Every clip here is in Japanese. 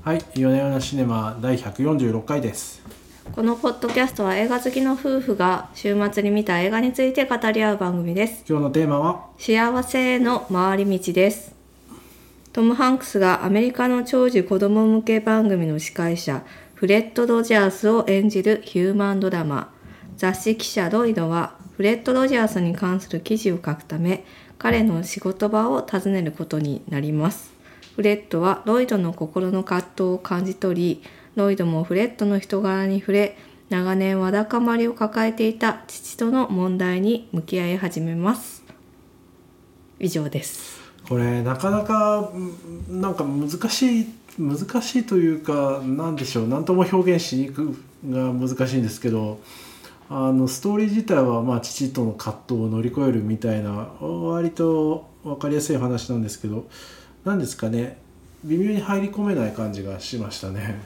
はい、夜な夜なシネマ第146回です。 このポッドキャストは映画好きの夫婦が週末に見た映画について語り合う番組です。 今日のテーマは幸せへの回り道です。トム・ハンクスがアメリカの長寿子供向け番組の司会者フレッド・ロジャースを演じるヒューマンドラマ。雑誌記者ロイドはフレッド・ロジャースに関する記事を書くため彼の仕事場を訪ねることになります。フレッドはロイドの心の葛藤を感じ取り、ロイドもフレッドの人柄に触れ、長年わだかまりを抱えていた父との問題に向き合い始めます。以上です。 これなかなかなんか難しいというか、なんでしょう、何とも表現しにくが難しいんですけど、ストーリー自体は父との葛藤を乗り越えるみたいな割と分かりやすい話なんですけど、なんですかね、微妙に入り込めない感じがしましたね。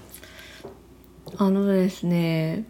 ですね、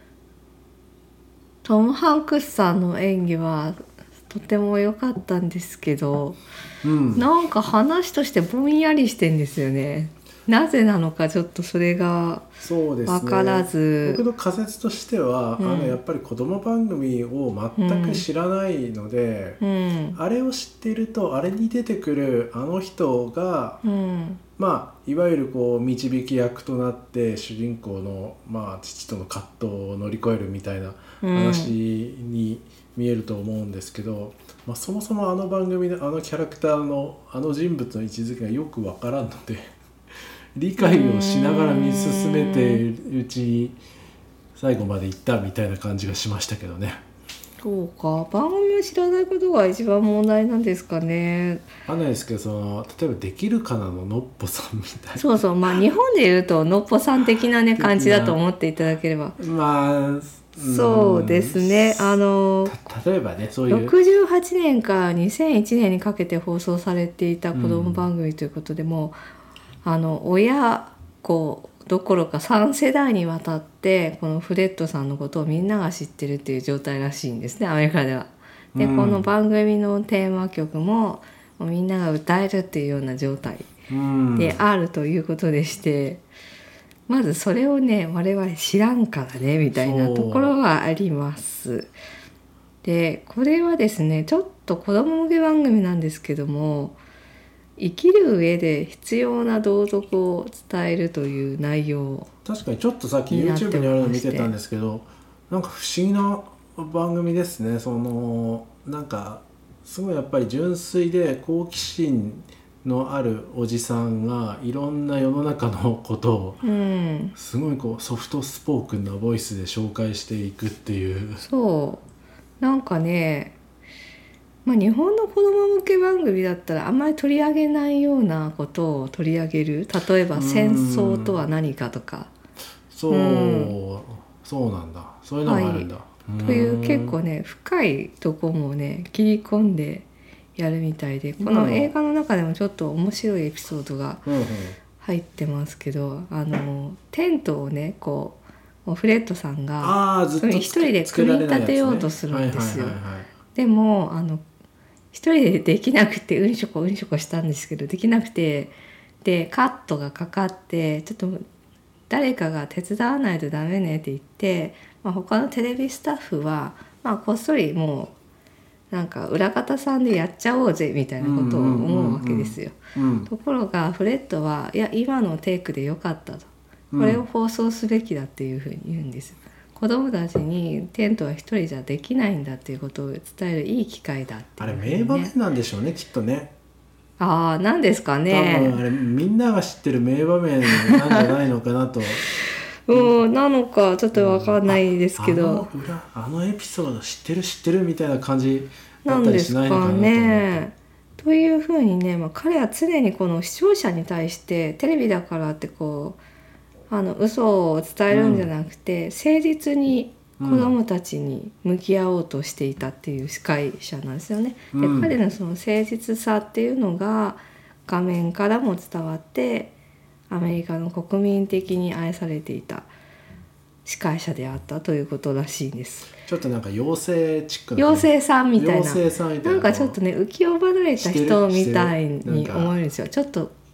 トム・ハンクスさんの演技はとても良かったんですけど、なんか話としてぼんやりしてんですよね。なぜなのかちょっとそれが分からず、 僕の仮説としては、やっぱり子供番組を全く知らないので、あれを知っているとあれに出てくるあの人が、いわゆるこう導き役となって主人公の、父との葛藤を乗り越えるみたいな話に見えると思うんですけど、そもそもあの番組のあのキャラクターのあの人物の位置づけがよくわからんので理解をしながら見進めているうちに最後までいったみたいな感じがしましたけどね。 そうか、番組を知らないことが一番問題なんですかね。 あんないですけど、例えばできるかなののっぽさんみたいな、 そうそう、日本でいうとのっぽさん的なね感じだと思っていただければ。そうですね、 例えばね、そういう 68年から2001年にかけて放送されていた子供番組ということでも、親子どころか3世代にわたってこのフレッドさんのことをみんなが知ってるっていう状態らしいんですね、アメリカでは。で、この番組のテーマ曲もみんなが歌えるっていうような状態であるということでして、まずそれをね我々知らんからねみたいなところがあります。で、これはですねちょっと子供向け番組なんですけども、生きる上で必要な道徳を伝えるという内容。 確かにちょっとさっき YouTube にあるの見てたんですけど、なんか不思議な番組ですね。なんかすごいやっぱり純粋で好奇心のあるおじさんがいろんな世の中のことをすごいこうソフトスポークンなボイスで紹介していくっていう。 そうなんかね、日本の子供向け番組だったらあんまり取り上げないようなことを取り上げる。例えば戦争とは何かとか、 そうなんだ、そういうのがあるんだ、 という結構ね深いとこもね切り込んでやるみたいで、この映画の中でもちょっと面白いエピソードが入ってますけど、テントをねこうフレッドさんが一人で組み立てようとするんですよ。でも一人でできなくてうんしょこしたんですけどできなくて、でカットがかかってちょっと誰かが手伝わないとダメねって言って、他のテレビスタッフは、こっそりもうなんか裏方さんでやっちゃおうぜみたいなことを思うわけですよ。ところがフレッドはいや今のテイクでよかったと、これを放送すべきだっていうふうに言うんですよ。子供たちにテントは一人じゃできないんだっていうことを伝えるいい機会だっていう、ね、 あれ名場面なんでしょうね、きっとね。 なんですかね。 多分あれみんなが知ってる名場面なんじゃないのかなとなのかちょっと分かんないですけど、 あのエピソード知ってるみたいな感じだったりしないのかなと思って。 なんですかね。というふうにね、彼は常にこの視聴者に対してテレビだからってこう嘘を伝えるんじゃなくて、誠実に子どもたちに向き合おうとしていたっていう司会者なんですよね。で、彼のその誠実さっていうのが画面からも伝わってアメリカの国民的に愛されていた司会者であったということらしいんです。 ちょっとなんか妖精チックな妖精さんみたいな、なんかちょっとね浮世離れた人みたいに思えるんですよ。ちょっと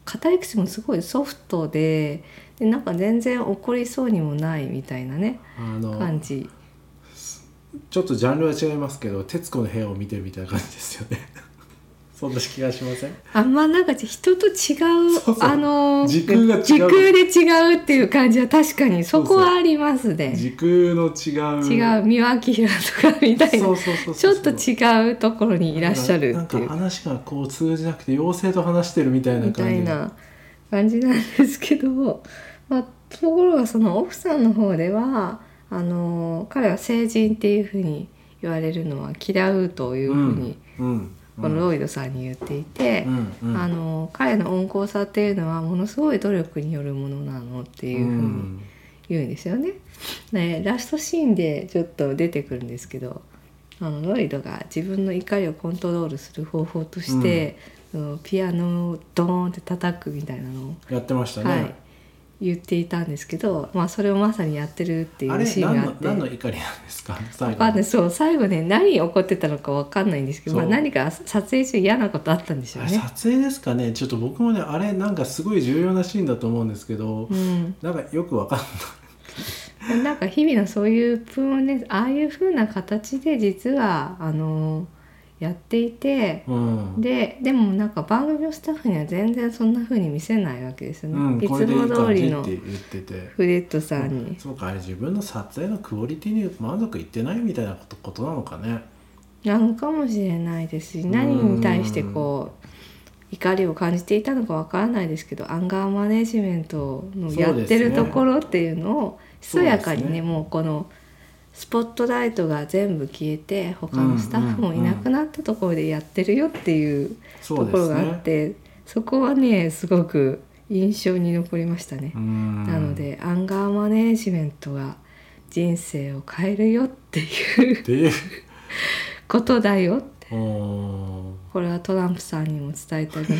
語り口もすごいソフトでなんか全然怒りそうにもないみたいなね感じ。 ちょっとジャンルは違いますけど、徹子の部屋を見てるみたいな感じですよねそんな気がしません？ なんか人と違う、 時空が違う、 時空で違うっていう感じは確かにそこはありますね。 時空の違う三輪明とかみたいな、ちょっと違うところにいらっしゃるっていう、 なんか話がこう通じなくて妖精と話してるみたいな感じなんですけど、ところがその奥さんの方では彼は聖人っていうふうに言われるのは嫌うというふうに、このロイドさんに言っていて、彼の温厚さっていうのはものすごい努力によるものなのっていうふうに言うんですよね。ラストシーンでちょっと出てくるんですけど、ロイドが自分の怒りをコントロールする方法として、ピアノをドーンって叩くみたいなのをやってましたね、 言っていたんですけど、それをまさにやってるっていうシーンがあって、 何の怒りなんですか？ 最後ね、何起こってたのか分かんないんですけど、何か撮影中嫌なことあったんでしょうね。 撮影ですかね。ちょっと僕もね、あれなんかすごい重要なシーンだと思うんですけど、なんかよく分かんないなんか日々のそういうああいう風な形で実はやっていて、でもなんか番組のスタッフには全然そんな風に見せないわけですよね、いつも通りのフレッドさんに、 そうか、あれ自分の撮影のクオリティに満足いってないみたいなことなのかね。 なのかもしれないですし、何に対してこう怒りを感じていたのかわからないですけど、アンガーマネジメントのやってるところっていうのをひそやかにね、もうこのスポットライトが全部消えて他のスタッフもいなくなったところでやってるよっていうところがあって、そこはねすごく印象に残りましたね。なのでアンガーマネジメントが人生を変えるよっていうことだよって、これはトランプさんにも伝えてあげない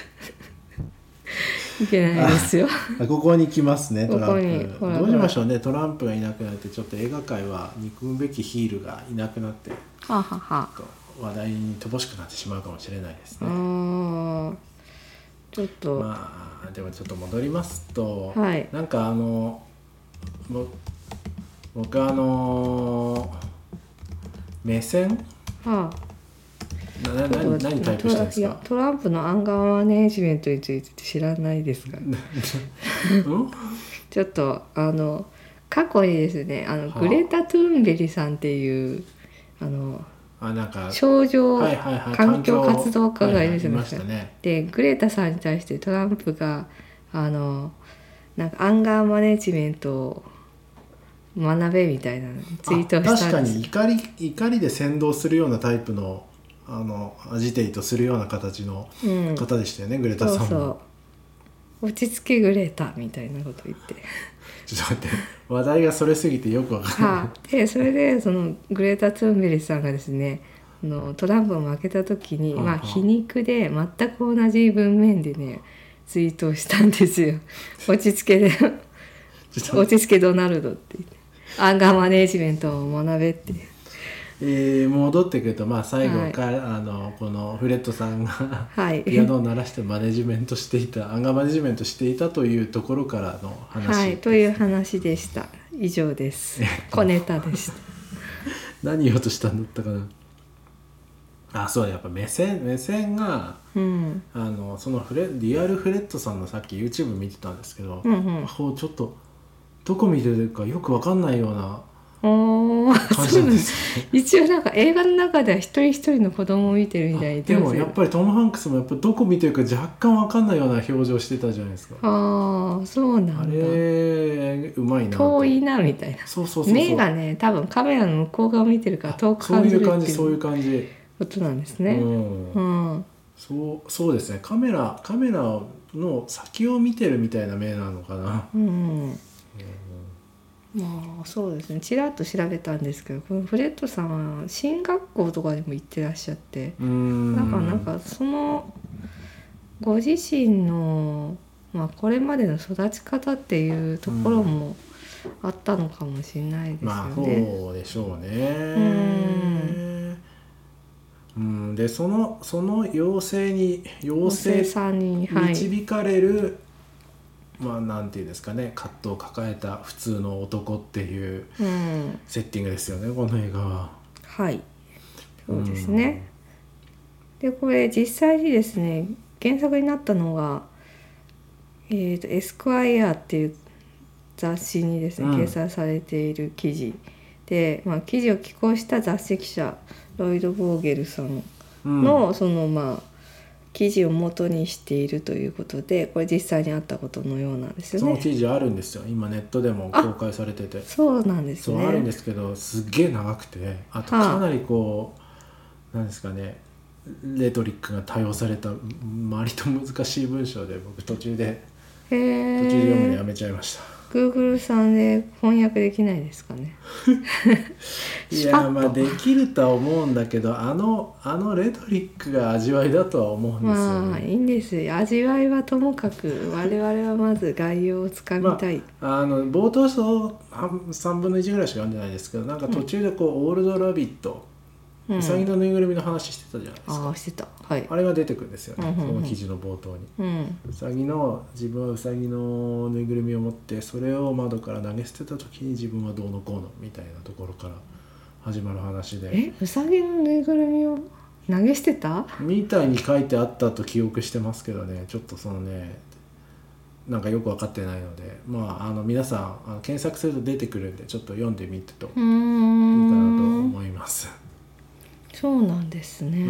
といけないですよここに来ますね、トランプ。どうしましょうね、トランプがいなくなって、ちょっと映画界は憎むべきヒールがいなくなって、話題に乏しくなってしまうかもしれないですね。 ちょっとでもちょっと戻りますと、なんか僕目線、何タイプしてるんですか？ トランプのアンガーマネジメントについて知らないですか？ちょっと過去にですね、グレタ・トゥーンベリさんっていうなんか少女環境活動家がいるじゃないですか。でグレタさんに対してトランプがなんかアンガーマネジメントを学べみたいなツイートをしたんです。 確かに怒りで先導するようなタイプのアジテイトするような形の方でしたよね、グレタさんも。 そう落ち着けグレタみたいなこと言ってちょっと待って、話題がそれすぎてよくわからない。 でそれでそのグレタ・トゥーンベリさんがですね、トランプを負けた時に、皮肉で全く同じ文面でねツイートをしたんですよ。落ち着けで落ち着けドナルドって言って、アンガーマネジメントを学べって。 戻ってくると、最後から、このフレッドさんがピアノを鳴らしてマネジメントしていた、アンガーマネジメントしていたというところからの話、 という話でした。以上です。小ネタでした。 何言おうとしたんだったかな。そうだ、やっぱ目線が、そのリアルフレッドさんのさっき YouTube 見てたんですけど、ちょっとどこ見てるかよく分かんないような感じなんですね。 一応なんか映画の中では一人一人の子供を見てるみたいにでもやっぱりトム・ハンクスもやっぱどこ見てるか若干分かんないような表情してたじゃないですか。 そうなんだ。 あれうまいな。 遠いなみたいな。そう目がね、多分カメラの向こう側を見てるから遠く感じるっていうことなんですね。 そうですね。カメラの先を見てるみたいな目なのかな。 そうですね、ちらっと調べたんですけど、このフレッドさんは進学校とかにも行ってらっしゃって、なんかそのご自身の、これまでの育ち方っていうところもあったのかもしれないですよね。 そうでしょうね。 でその妖精さんに導かれる、まあなんていうんですかね、葛藤を抱えた普通の男っていうセッティングですよね、この映画は。 はい、そうですね。でこれ実際にですね原作になったのが、エスクワイアっていう雑誌にですね、掲載されている記事で、まあ、記事を寄稿した雑誌記者ロイド・ボーゲルさんの、そのまあ記事を元にしているということで、これ実際にあったことのようなんですよね。 その記事あるんですよ、今ネットでも公開されてて。 そうなんですね。 そうあるんですけど、すっげえ長くて、あとかなりこう、なんですかね、レトリックが多用された割と難しい文章で、僕途中で読むのやめちゃいました。 Google さんで翻訳できないですかね。 いやまあできるとは思うんだけど、あのレトリックが味わいだとは思うんですよね。 まあいいんです。味わいはともかく我々はまず概要をつかみたい。 冒頭3分の1ぐらいしか読んでないですけど、なんか途中でこう、オールドラビット、うさぎのぬいぐるみの話してたじゃないですか。 してた、はい、 あれが出てくるんですよね、その記事の冒頭に。自分はうさぎのぬいぐるみを持って、それを窓から投げ捨てた時に自分はどうのこうのみたいなところから始まる話で。 うさぎのぬいぐるみを投げ捨てたみたいに書いてあったと記憶してますけどね、ちょっとそのね、なんかよく分かってないので、まあ皆さん検索すると出てくるんで、ちょっと読んでみるといいかなと思います。 そうなんですね。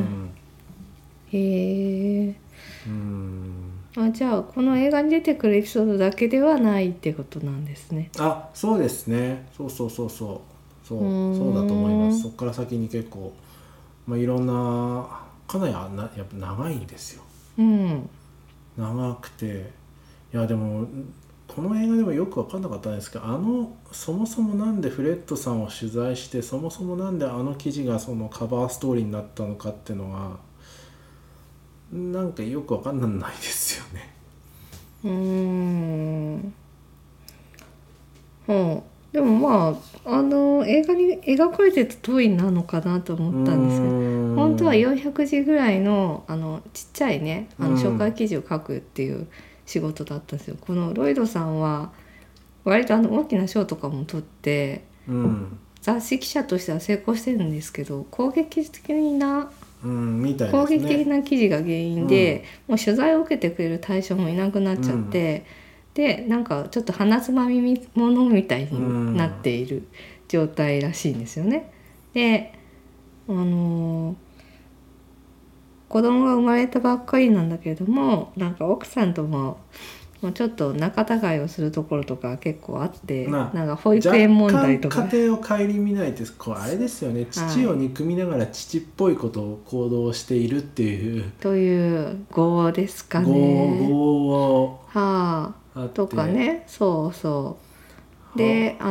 へえ。じゃあこの映画に出てくるエピソードだけではないってことなんですね。 そうですね。そうだと思います。そこから先に結構、いろんな、かなりやっぱ長いんですよ。長くて、いやでもこの映画でもよく分かんなかったんですけど、そもそもなんでフレッドさんを取材して、そもそもなんで記事がそのカバーストーリーになったのかっていうのはなんかよく分かんないですよね。 でもまあ映画に描かれてた通りなのかなと思ったんですけど、本当は400字ぐらいのちっちゃいね紹介記事を書くっていう仕事だったんですよ。このロイドさんは割と大きな賞とかも取って、雑誌記者としては成功してるんですけど、攻撃的な記事が原因で、もう取材を受けてくれる対象もいなくなっちゃって、でなんかちょっと鼻つまみものみたいになっている状態らしいんですよね。で子供が生まれたばっかりなんだけれども、なんか奥さんともちょっと仲違いをするところとか結構あって、なんか保育園問題とか若干家庭を顧みないって、あれですよね、父を憎みながら父っぽいことを行動しているっていうという業ですかね。 業をとかね、で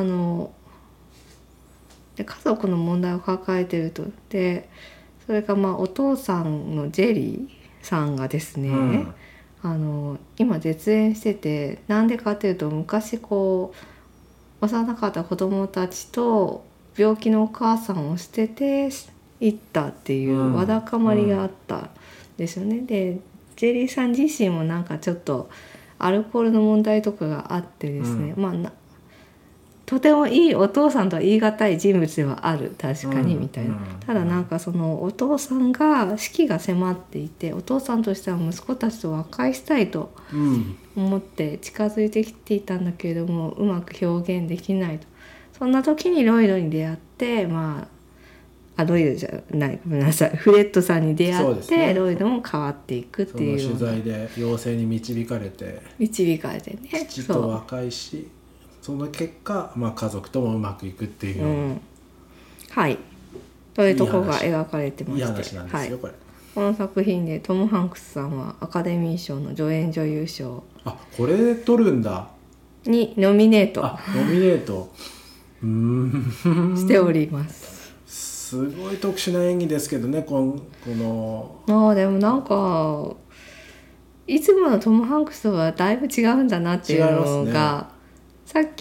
で家族の問題を抱えてると。でそれがお父さんのジェリーさんがですね、今絶縁してて、なんでかっていうと、昔幼かった子供たちと病気のお母さんを捨てて行ったっていうわだかまりがあったんですよね。でジェリーさん自身もなんかちょっとアルコールの問題とかがあってですね、とてもいいお父さんとは言い難い人物ではある、確かにみたいな。ただなんかそのお父さんが死期が迫っていて、お父さんとしては息子たちと和解したいと思って近づいてきていたんだけれども、うまく表現できないと。そんな時にロイドに出会って、ロイドじゃない、ごめんなさい、フレッドさんに出会って、ロイドも変わっていくっていう。 その取材で妖精に導かれてね、 父と和解し、その結果、家族ともうまくいくっていう、 というところが描かれてまして、 いい話なんですよ、これ。 この作品でトム・ハンクスさんはアカデミー賞の助演女優賞これで取るんだにノミネートしております。 すごい特殊な演技ですけどね、このでもなんかいつものトム・ハンクスとはだいぶ違うんだなっていうのが、さっ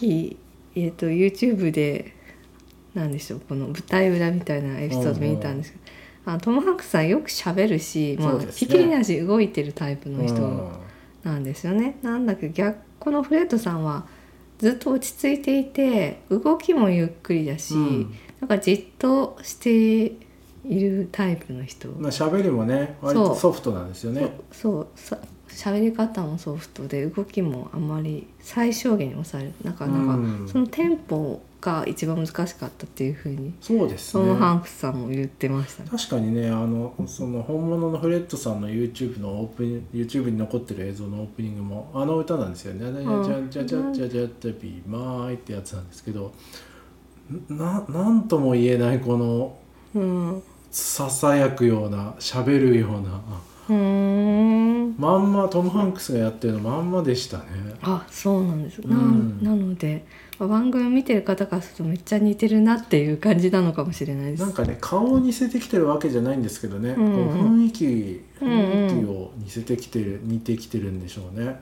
き、YouTube でなんでしょう、この舞台裏みたいなエピソード見たんですけど、 トム・ハンクスさんよく喋るし、まあ、ひっきりなし動いてるタイプの人なんですよね。なんだけどこのフレッドさんはずっと落ち着いていて動きもゆっくりだし、なんかじっとしているタイプの人。 まあ喋りもね割とソフトなんですよね。 そう喋り方もソフトで動きもあまり最小限に抑える。なんかそのテンポが一番難しかったっていうふうにそうですね、 トム・ハンクスさんも言ってましたね。 確かにねその本物のフレッドさんの YouTube に残ってる映像のオープニングもあの歌なんですよね。じゃじゃじゃじゃじゃじゃビーマーイってやつなんですけど、なんとも言えないこの、ささやくような喋るようなまんまトム・ハンクスがやってるのまんまでしたね。 あ、そうなんです。なので番組見てる方からするとめっちゃ似てるなっていう感じなのかもしれないです。 なんかね顔を似せてきてるわけじゃないんですけどね、こう雰囲気を似てきてるんでしょうね。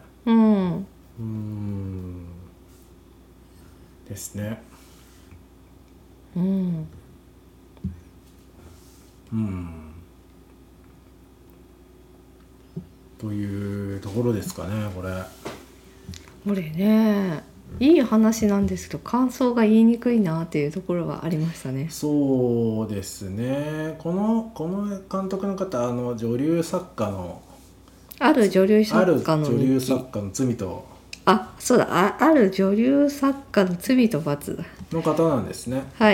ですね。というところですかね。 これねいい話なんですけど感想が言いにくいなっていうところはありましたね。 そうですね。この監督の方女流作家のある女流作家の罪とそうだある女流作家の罪と罰の方なんですね。 はい。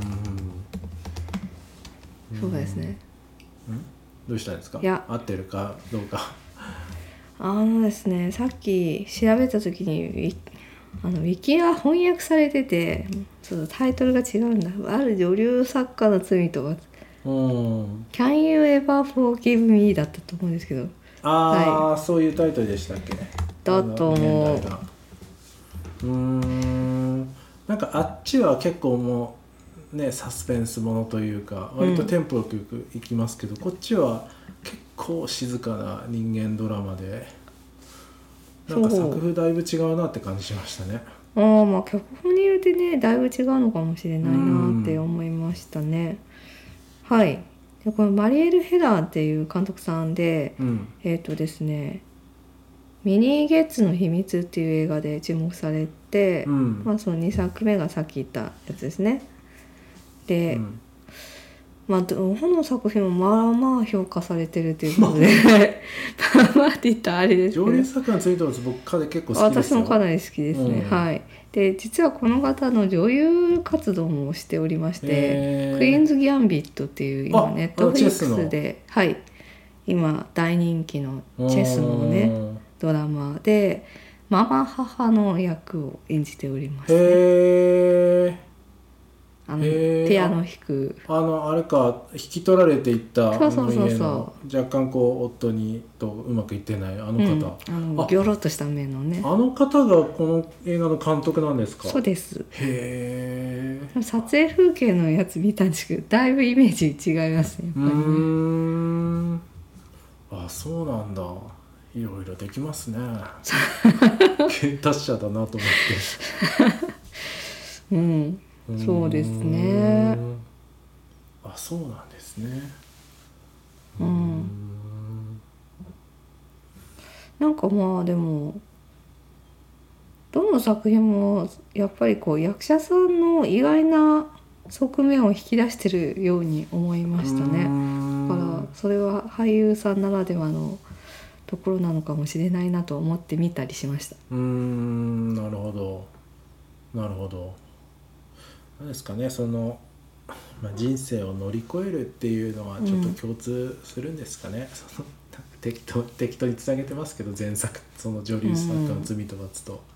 そうですね。 どうしたんですか？ いや合ってるかどうか。 ですね、さっき調べた時にウィキが翻訳されててちょっとタイトルが違うんだ。ある女流作家の罪と罰。Can you ever forgive me だったと思うんですけど。 そういうタイトルでしたっけ？ だと思う。 なんかあっちは結構もうねサスペンスものというか割とテンポよくいきますけど、こっちは結構静かな人間ドラマでなんか作風だいぶ違うなって感じしましたね。 まあ脚本によってねだいぶ違うのかもしれないなって思いましたね。はい。でこのマリエル・ヘラーっていう監督さんで、ですねミニー・ゲッツの秘密っていう映画で注目されて、その2作目がさっき言ったやつですね。で、どの作品もまあまあ評価されてるということでまあって言ったらあれですけど、 上流作家については僕結構好きですよ。 私もかなり好きですね。はい。で実はこの方の女優活動もしておりまして、クイーンズ・ギャンビットっていう今ネットフリックスで今大人気のチェスのねドラマでママ母の役を演じておりますね。ピアノ弾くあれか引き取られていったそう若干夫にとうまくいってないあの方、 ギョロッとした目のねあの方がこの映画の監督なんですか？ そうです。 へえ。 撮影風景のやつ見たんですけどだいぶイメージ違いますね。やっぱりね。 そうなんだ。いろいろできますね。達者だなと思ってそうですね。 そうなんですね。 なんかまあでもどの作品もやっぱり役者さんの意外な側面を引き出してるように思いましたね。だからそれは俳優さんならではのところなのかもしれないなと思って見たりしました。 なるほど何ですかね、人生を乗り越えるっていうのはちょっと共通するんですかね。適当につなげてますけど前作その女流作家の罪と罰と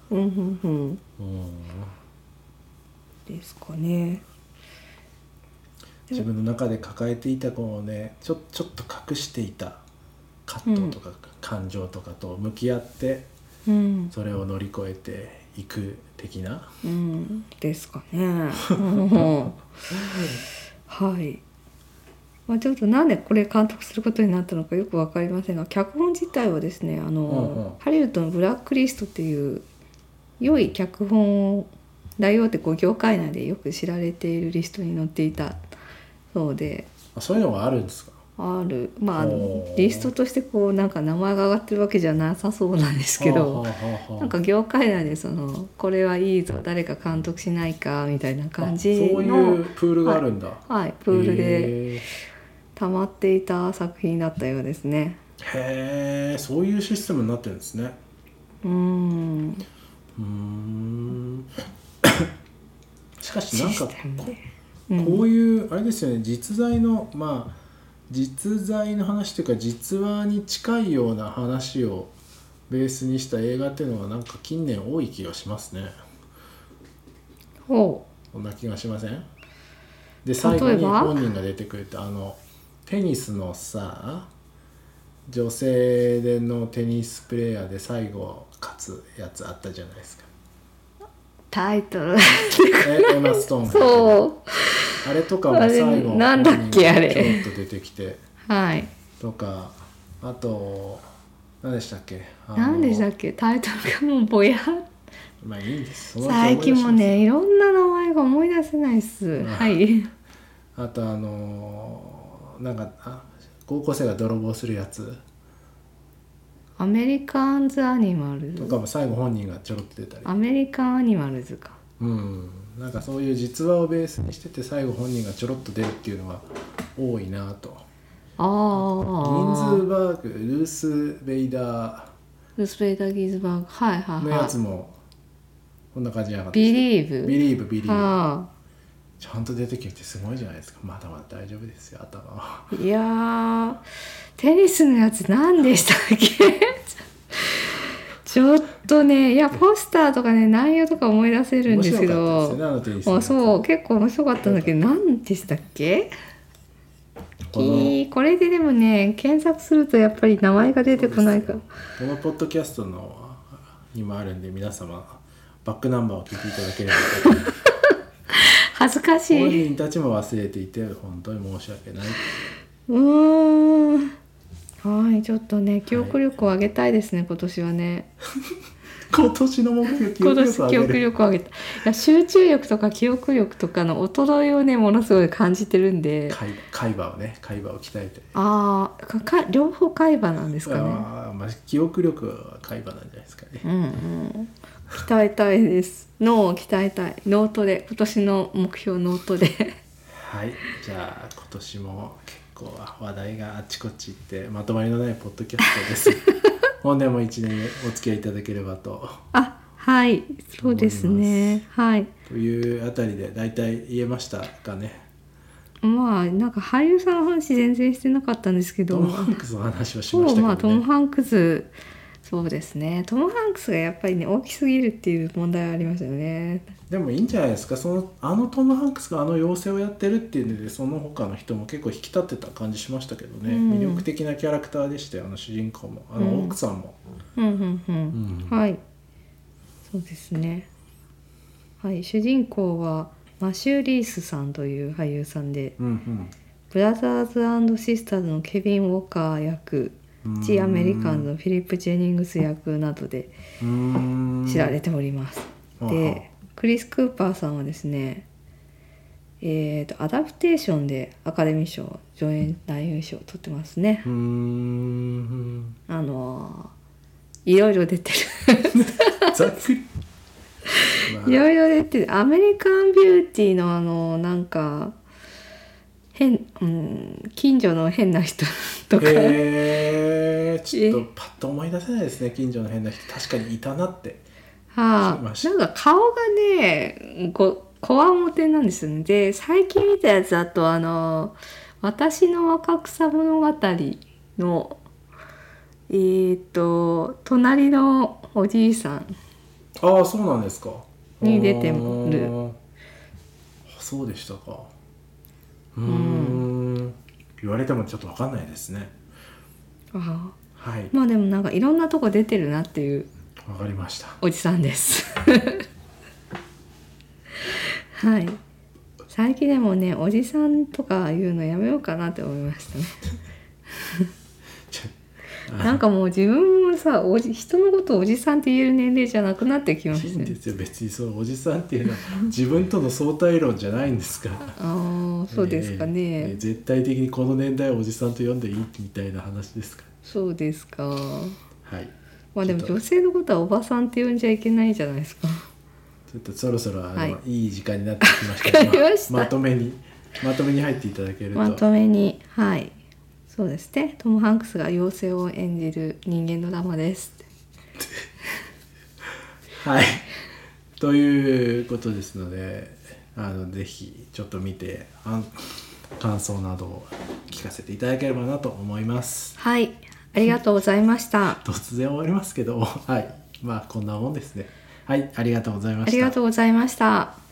ですかね。 自分の中で抱えていたちょっと隠していた葛藤とか感情とかと向き合って、それを乗り越えていく的な、 ですかね。はい。ちょっとなんでこれ監督することになったのかよく分かりませんが、脚本自体はですねハリウッドのブラックリストっていう良い脚本大王って業界内でよく知られているリストに載っていたそうで、 そういうのがあるんですか？ ある。まあリストとしてこうなんか名前が上がってるわけじゃなさそうなんですけど、なんか業界内でこれはいいぞ誰か監督しないかみたいな感じのそういうプールがあるんだ。 はい、プールで溜まっていた作品だったようですね。 へえ、そういうシステムになってるんですね。しかしなんかこういうあれですよね、実在の話というか実話に近いような話をベースにした映画っていうのはなんか近年多い気がしますね。 ほう、そんな気がしません？で最後に本人が出てくるってテニスのさ、女性でのテニスプレーヤーで最後勝つやつあったじゃないですか。 タイトルエマ・ストーンがそうあれとかも最後なんだっけあれちょっと出てきてはいとか、あと何でしたっけ、 タイトルがもうぼやっ、 まあいいんです。 最近もねいろんな名前が思い出せないっす。はいあとなんか高校生が泥棒するやつ、 アメリカンズ・アニマルズとかも最後本人がちょろっと出たり、 アメリカン・アニマルズか、 なんかそういう実話をベースにしてて最後本人がちょろっと出るっていうのが多いなと。ギンズバーグ、ルース・ベイダー、 ギンズバーグ、はいはいはいのやつもこんな感じじゃなかったですか。ビリーブちゃんと出てきてすごいじゃないですか。まだまだ大丈夫ですよ、頭は。 いやー、テニスのやつ何でしたっけちょっとね、いやポスターとかね内容とか思い出せるんですけど、そう結構面白かったんだけど、何でしたっけ。これででもね検索するとやっぱり名前が出てこないから、 このポッドキャストのにもあるんで、皆様バックナンバーを聞いていただければ恥ずかしい。 本人たちも忘れていて本当に申し訳ない。 はい、ちょっとね記憶力を上げたいですね、今年はね。 今年の目標、記憶力を上げた。いや集中力とか記憶力とかの衰えをねものすごい感じてるんで、 海馬を鍛えて、 両方海馬なんですかね。 記憶力は海馬なんじゃないですかね。 鍛えたいです。脳を鍛えたい。ノートで今年の目標ノートではい、じゃあ今年も結構話題があっちこっち行ってまとまりのないポッドキャストです本年も1年お付き合いいただければと。 はい、そうですね。はい。 というあたりで大体言えましたかね。 なんか俳優さんの話全然してなかったんですけど、 トム・ハンクスの話はしましたけどね。 トム・ハンクス、そうですね。トム・ハンクスがやっぱりね大きすぎるっていう問題がありましたよね。 でもいいんじゃないですか。トム・ハンクスが妖精をやってるっていうのでその他の人も結構引き立ってた感じしましたけどね。魅力的なキャラクターでしたよ、主人公も奥さんも。はい、 そうですね。はい、主人公はマシュー・リースさんという俳優さんで、ブラザーズ&シスターズのケビン・ウォーカー役、アメリカンズのフィリップ・ジェニングス役などで知られております。でクリス・クーパーさんはですね、アダプテーションでアカデミー賞助演男優賞を取ってますね。いろいろ出てるざっくりいろいろ出てる。アメリカンビューティーのなんか近所の変な人とか、 ちょっとパッと思い出せないですね。近所の変な人確かにいたなって。 なんか顔がねこわもてなんですよね。で最近見たやつだと私の若草物語の隣のおじいさん、 そうなんですか。 に出てる。 そうでしたか。言われてもちょっと分かんないですね。はい。 でもなんかいろんなとこ出てるなっていう。 わかりました。 おじさんですはい。最近でもねおじさんとか言うのやめようかなって思いましたねなんかもう自分もさ人のことをおじさんって言える年齢じゃなくなってきましたね。 いいんですよ別にそうおじさんっていうのは自分との相対論じゃないんですからああそうですかね、 絶対的にこの年代をおじさんと呼んでいいみたいな話ですから。 そうですか。 はい。 まあでも女性のことはおばさんって呼んじゃいけないじゃないですか。 ちょっとそろそろはいいい時間になってきましたわかりました。 まとめに入っていただけると。 まとめにはいそうですね。トム・ハンクスが妖精を演じる人間ドラマですはいということですのでぜひちょっと見て感想などを聞かせていただければなと思います。 はいありがとうございました突然終わりますけどはいまあこんなもんですね。はいありがとうございました。 ありがとうございました。